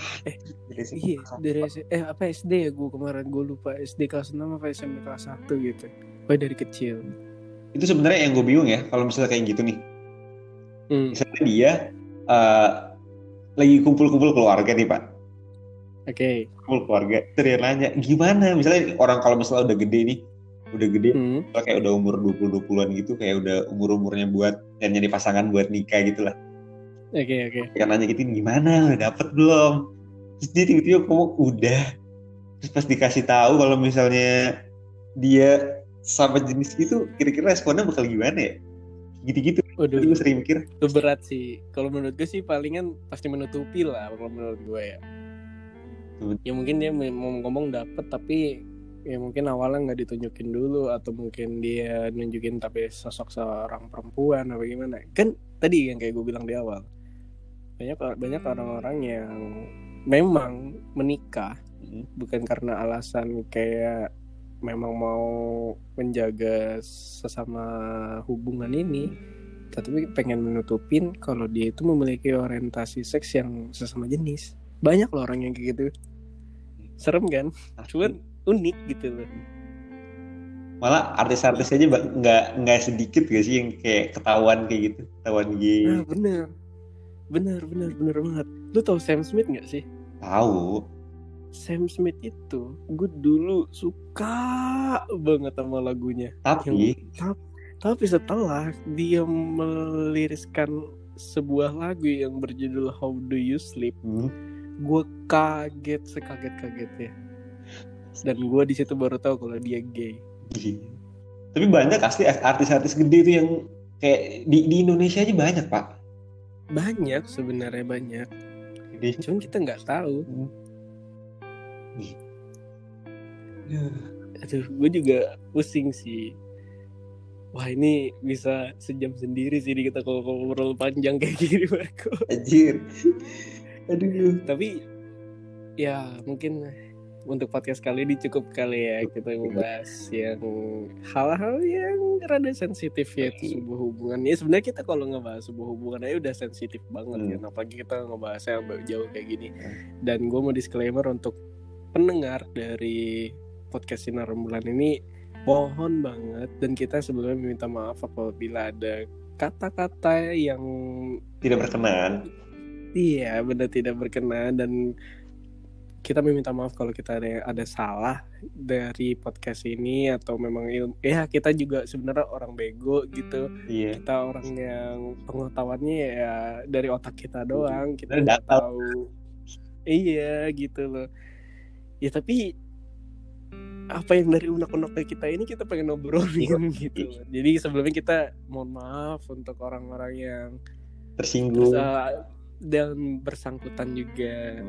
Dari SD ya gue kemarin. Gue lupa SD kelas 6 apa SMP kelas 1 gitu. Dari kecil. itu sebenarnya yang gue bingung ya kalau misalnya kayak gitu nih. Misalnya dia eh, lagi kumpul-kumpul keluarga nih Pak. Oke. Kumpul keluarga. Terus dia nanya, gimana? Misalnya orang kalau misalnya udah gede nih, udah gede, misalnya kayak udah umur 20-20-an gitu, kayak udah umur-umurnya buat nyari pasangan buat nikah gitu lah. Oke. Yang nanya gitu, gimana? Udah dapet belum? Terus dia tiba-tiba ngomong, udah. Terus pas dikasih tahu kalau misalnya dia sama jenis itu, kira-kira responnya bakal gimana ya? Gitu-gitu. Waduh, Tadi gue sering mikir. itu berat sih. Kalau menurut gue sih palingan pasti menutupi lah kalau menurut gue ya. Ya mungkin dia mau ngomong dapet tapi ya mungkin awalnya nggak ditunjukin dulu, atau mungkin dia nunjukin tapi sosok seorang perempuan apa gimana. Kan tadi yang kayak gue bilang di awal, banyak orang-orang yang memang menikah bukan karena alasan kayak memang mau menjaga sesama hubungan ini, tapi pengen menutupin kalau dia itu memiliki orientasi seks yang sesama jenis. Banyak loh orang yang kayak gitu. Serem kan? Cuman unik gitu loh. Malah artis-artis aja nggak sedikit gak sih yang kayak ketahuan kayak gitu, ketahuan gay. Nah, bener banget. Lu tahu Sam Smith nggak sih? Tahu. Sam Smith itu gue dulu suka banget sama lagunya. Tapi setelah dia meliriskan sebuah lagu yang berjudul How Do You Sleep, gue kaget sekaget-kagetnya. Dan gue di situ baru tahu kalau dia gay. Tapi banyak asli artis-artis gede itu yang kayak di Indonesia aja banyak Pak. Banyak sebenarnya banyak. Cuman kita nggak tahu. Aduh, gue juga pusing sih. Wah, ini bisa sejam sendiri sih kita kalau ngobrol panjang kayak gini, Marco. Anjir. Aduh. Tapi ya mungkin untuk podcast kali ini cukup kali ya kita membahas yang hal-hal yang rada sensitif ya sebuah hubungan. Ya sebenarnya kita kalau ngebahas sebuah hubungan aja udah sensitif banget ya. Apalagi kita ngebahasnya jauh kayak gini. Dan gue mau disclaimer untuk pendengar dari podcast Sinar Rembulan ini, mohon banget dan kita sebelumnya meminta maaf apabila ada kata-kata yang tidak berkenan. Iya, benar tidak berkenan, dan kita meminta maaf kalau kita ada salah dari podcast ini, atau memang kita juga sebenarnya orang bego gitu. Kita orang yang pengetahuannya ya dari otak kita doang, kita nggak tahu. Iya gitu loh. Ya tapi apa yang dari unek-uneknya kita ini kita pengen ngobrolin gitu. Jadi sebelumnya kita mohon maaf untuk orang-orang yang tersinggung dan bersangkutan juga.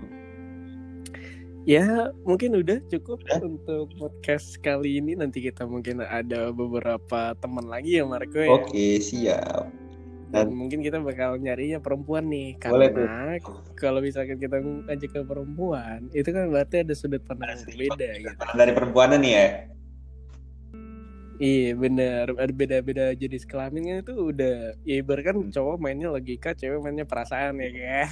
Ya mungkin udah cukup untuk podcast kali ini. Nanti kita mungkin ada beberapa teman lagi ya Marco ya. Oke, siap. Dan mungkin kita bakal nyarinya perempuan nih, karena kalau misalkan kita ngajak ke perempuan itu kan berarti ada sudut pandang yang berbeda gitu. Dari perempuan nih ya. Iya benar, ada beda-beda jenis kelamin kan itu udah. Ya ibarat kan cowok mainnya logika, cewek mainnya perasaan ya kan.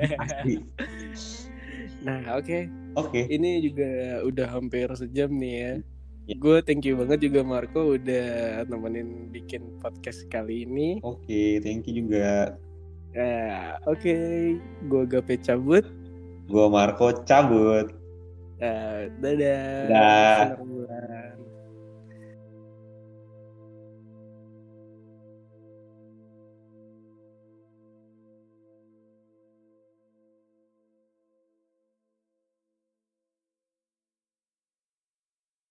Nah oke. Ini juga udah hampir sejam nih ya. Gue thank you banget juga Marco udah nemenin bikin podcast kali ini. Oke, thank you juga. Oke, gue Gape cabut. Gue Marco cabut. Dadah.